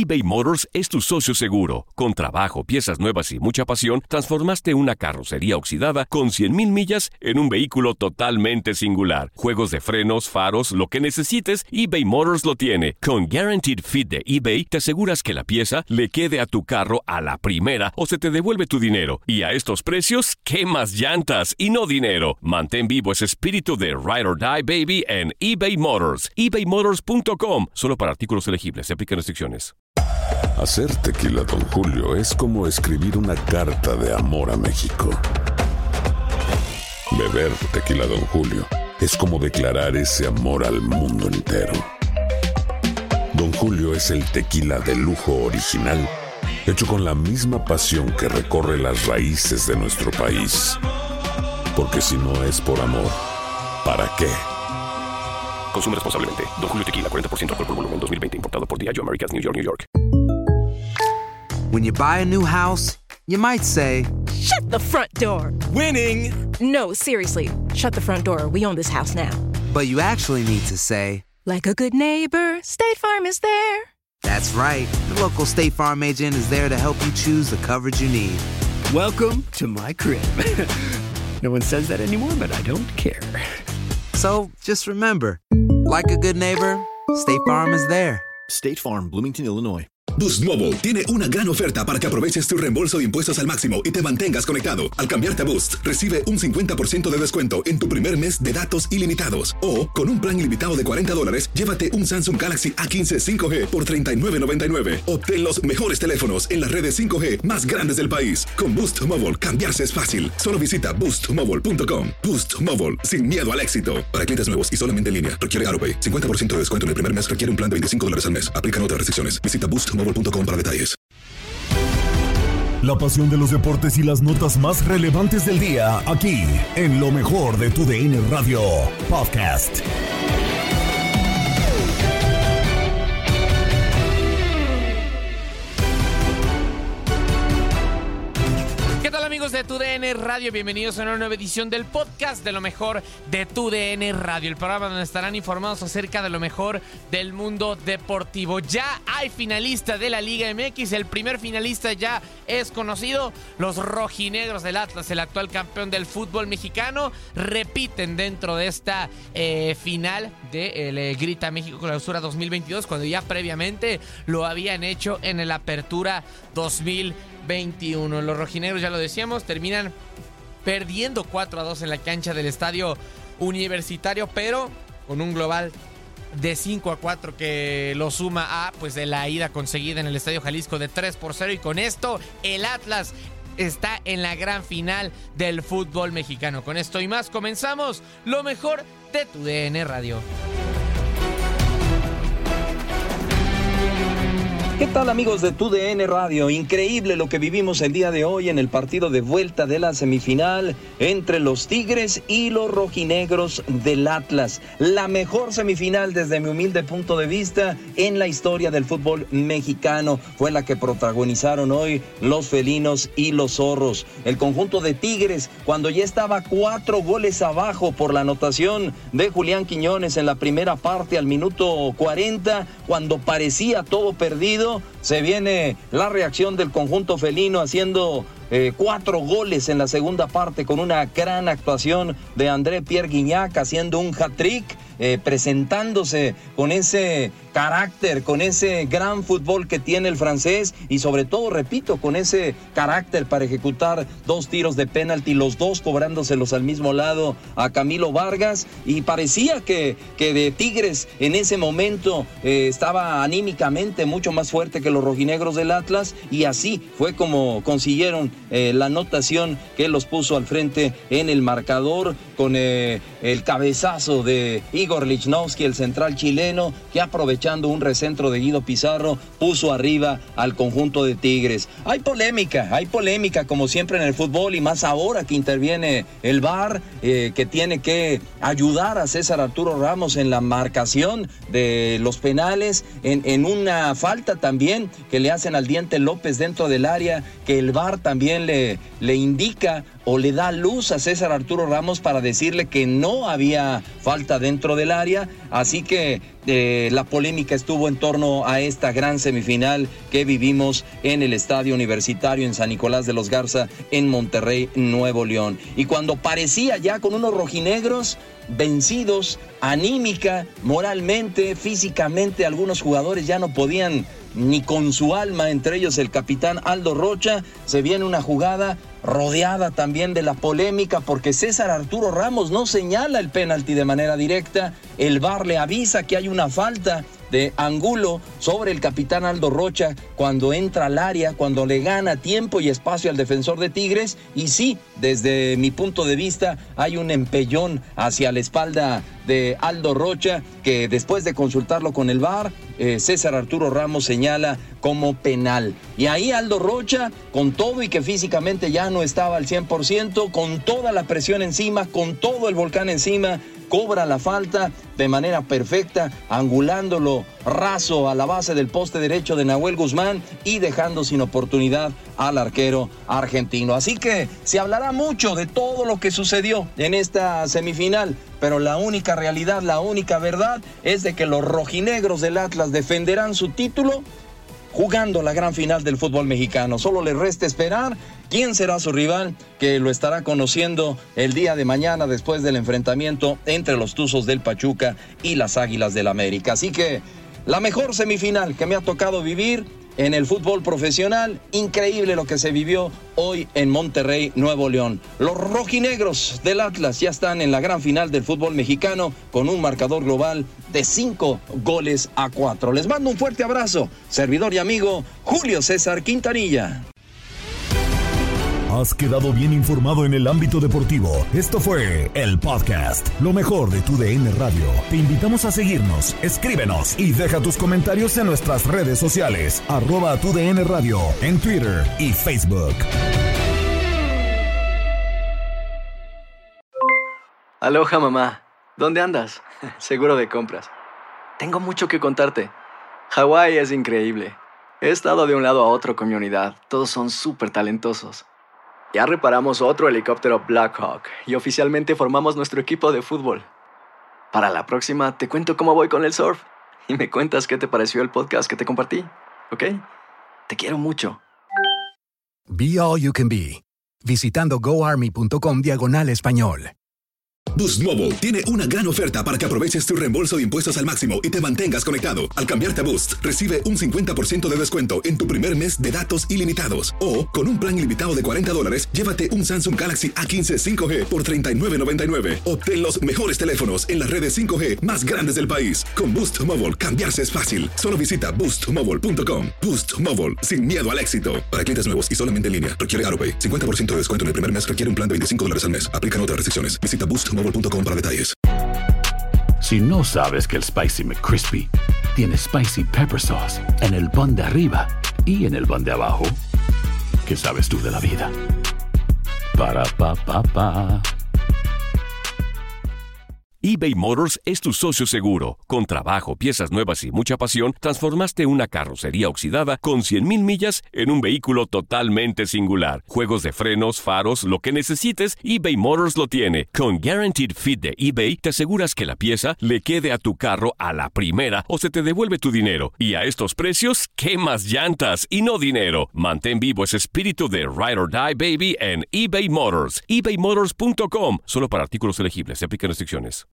eBay Motors es tu socio seguro. Con trabajo, piezas nuevas y mucha pasión, transformaste una carrocería oxidada con 100,000 millas en un vehículo totalmente singular. Juegos de frenos, faros, lo que necesites, eBay Motors lo tiene. Con Guaranteed Fit de eBay, te aseguras que la pieza le quede a tu carro a la primera o se te devuelve tu dinero. Y a estos precios, ¿qué más llantas y no dinero? Mantén vivo ese espíritu de Ride or Die, baby, en eBay Motors. ebaymotors.com. Solo para artículos elegibles. Se aplican restricciones. Hacer tequila Don Julio es como escribir una carta de amor a México. Beber tequila Don Julio es como declarar ese amor al mundo entero. Don Julio es el tequila de lujo original, hecho con la misma pasión que recorre las raíces de nuestro país. Porque si no es por amor, ¿para qué? Consume responsablemente. Don Julio Tequila, 40% alcohol por volumen, 2020. Importado por Diageo Americas, New York, New York. When you buy a new house, you might say, "Shut the front door." Winning! No, seriously. Shut the front door. We own this house now. but you actually need to say, like a good neighbor, State Farm is there. That's right. The local State Farm agent is there to help you choose the coverage you need. Welcome to my crib. No one says that anymore, but I don't care. So just remember, like a good neighbor, State Farm is there. State Farm, Bloomington, Illinois. Boost Mobile tiene una gran oferta para que aproveches tu reembolso de impuestos al máximo y te mantengas conectado. Al cambiarte a Boost, recibe un 50% de descuento en tu primer mes de datos ilimitados. O, con un plan ilimitado de $40, llévate un Samsung Galaxy A15 5G por $39.99. Obtén los mejores teléfonos en las redes 5G más grandes del país. Con Boost Mobile, cambiarse es fácil. Solo visita boostmobile.com. Boost Mobile, sin miedo al éxito. Para clientes nuevos y solamente en línea, requiere AutoPay. 50% de descuento en el primer mes requiere un plan de $25 al mes. Aplican otras restricciones. Visita boostmobile.com para detalles. La pasión de los deportes y las notas más relevantes del día, aquí, en lo mejor de TUDN Radio Podcast. ¿Qué tal, amigos de TUDN Radio? Bienvenidos a una nueva edición del podcast de lo mejor de TUDN Radio, el programa donde estarán informados acerca de lo mejor del mundo deportivo. Ya hay finalista de la Liga MX, el primer finalista ya es conocido. Los rojinegros del Atlas, el actual campeón del fútbol mexicano, repiten dentro de esta final de Grita México Clausura 2022, cuando ya previamente lo habían hecho en el Apertura 2021. Los rojinegros, ya lo decíamos, terminan perdiendo 4-2 en la cancha del Estadio Universitario, pero con un global de 5-4 que lo suma a de la ida conseguida en el Estadio Jalisco de 3-0, y con esto el Atlas está en la gran final del fútbol mexicano. Con esto y más comenzamos lo mejor de TUDN Radio. ¿Qué tal, amigos de TUDN Radio? Increíble lo que vivimos el día de hoy en el partido de vuelta de la semifinal entre los Tigres y los rojinegros del Atlas. La mejor semifinal desde mi humilde punto de vista en la historia del fútbol mexicano. Fue la que protagonizaron hoy los felinos y los zorros. El conjunto de Tigres, cuando ya estaba 4 goles abajo por la anotación de Julián Quiñones en la primera parte al minuto 40, cuando parecía todo perdido, se viene la reacción del conjunto felino haciendo 4 goles en la segunda parte con una gran actuación de André Pierre Gignac, haciendo un hat-trick, presentándose con ese carácter, con ese gran fútbol que tiene el francés y sobre todo, repito, con ese carácter para ejecutar 2 tiros de penalti, los 2 cobrándoselos al mismo lado a Camilo Vargas, y parecía que de Tigres en ese momento estaba anímicamente mucho más fuerte que los rojinegros del Atlas, y así fue como consiguieron la anotación que los puso al frente en el marcador con el cabezazo de Igor Lichnowsky, el central chileno, que aprovechando un recentro de Guido Pizarro puso arriba al conjunto de Tigres. Hay polémica como siempre en el fútbol, y más ahora que interviene el VAR, que tiene que ayudar a César Arturo Ramos en la marcación de los penales, en una falta también que le hacen al Diente López dentro del área, que el VAR también le indica o le da luz a César Arturo Ramos para decirle que no había falta dentro del área. Así que la polémica estuvo en torno a esta gran semifinal que vivimos en el Estadio Universitario en San Nicolás de los Garza, en Monterrey, Nuevo León. Y cuando parecía ya con unos rojinegros vencidos, anímica, moralmente, físicamente, algunos jugadores ya no podían ni con su alma, entre ellos el capitán Aldo Rocha, se viene una jugada rodeada también de la polémica porque César Arturo Ramos no señala el penalti de manera directa. El VAR le avisa que hay una falta de Angulo sobre el capitán Aldo Rocha cuando entra al área, cuando le gana tiempo y espacio al defensor de Tigres. Y sí, desde mi punto de vista hay un empellón hacia la espalda de Aldo Rocha que después de consultarlo con el VAR, César Arturo Ramos señala como penal. Y ahí Aldo Rocha, con todo y que físicamente ya no estaba al 100%, con toda la presión encima, con todo el volcán encima, cobra la falta de manera perfecta, angulándolo raso a la base del poste derecho de Nahuel Guzmán y dejando sin oportunidad al arquero argentino. Así que se hablará mucho de todo lo que sucedió en esta semifinal, pero la única realidad, la única verdad es de que los rojinegros del Atlas defenderán su título jugando la gran final del fútbol mexicano. Solo les resta esperar quién será su rival, que lo estará conociendo el día de mañana después del enfrentamiento entre los Tuzos del Pachuca y las Águilas del América. Así que la mejor semifinal que me ha tocado vivir en el fútbol profesional, increíble lo que se vivió hoy en Monterrey, Nuevo León. Los rojinegros del Atlas ya están en la gran final del fútbol mexicano con un marcador global de 5-4. Les mando un fuerte abrazo. Servidor y amigo Julio César Quintanilla. Has quedado bien informado en el ámbito deportivo. Esto fue el podcast, lo mejor de TUDN Radio. Te invitamos a seguirnos, escríbenos y deja tus comentarios en nuestras redes sociales, @TUDN Radio, en Twitter y Facebook. Aloha, mamá. ¿Dónde andas? Seguro de compras. Tengo mucho que contarte. Hawái es increíble. He estado de un lado a otro con mi unidad. Todos son súper talentosos. Ya reparamos otro helicóptero Blackhawk y oficialmente formamos nuestro equipo de fútbol. Para la próxima te cuento cómo voy con el surf y me cuentas qué te pareció el podcast que te compartí, ¿ok? Te quiero mucho. Be All You Can Be, visitando goarmy.com/español. Boost Mobile tiene una gran oferta para que aproveches tu reembolso de impuestos al máximo y te mantengas conectado. Al cambiarte a Boost, recibe un 50% de descuento en tu primer mes de datos ilimitados. O, con un plan ilimitado de $40, llévate un Samsung Galaxy A15 5G por $39.99. Obtén los mejores teléfonos en las redes 5G más grandes del país. Con Boost Mobile, cambiarse es fácil. Solo visita boostmobile.com. Boost Mobile, sin miedo al éxito. Para clientes nuevos y solamente en línea, requiere AutoPay. 50% de descuento en el primer mes requiere un plan de $25 al mes. Aplican otras restricciones. Visita boostmobile.com para detalles. Si no sabes que el Spicy McCrispy tiene Spicy Pepper Sauce en el pan de arriba y en el pan de abajo, ¿qué sabes tú de la vida? Para, pa, pa, pa. eBay Motors es tu socio seguro. Con trabajo, piezas nuevas y mucha pasión, transformaste una carrocería oxidada con 100,000 millas en un vehículo totalmente singular. Juegos de frenos, faros, lo que necesites, eBay Motors lo tiene. Con Guaranteed Fit de eBay, te aseguras que la pieza le quede a tu carro a la primera o se te devuelve tu dinero. Y a estos precios, ¿qué más llantas y no dinero? Mantén vivo ese espíritu de Ride or Die, baby, en eBay Motors. ebaymotors.com. Solo para artículos elegibles. Se aplican restricciones.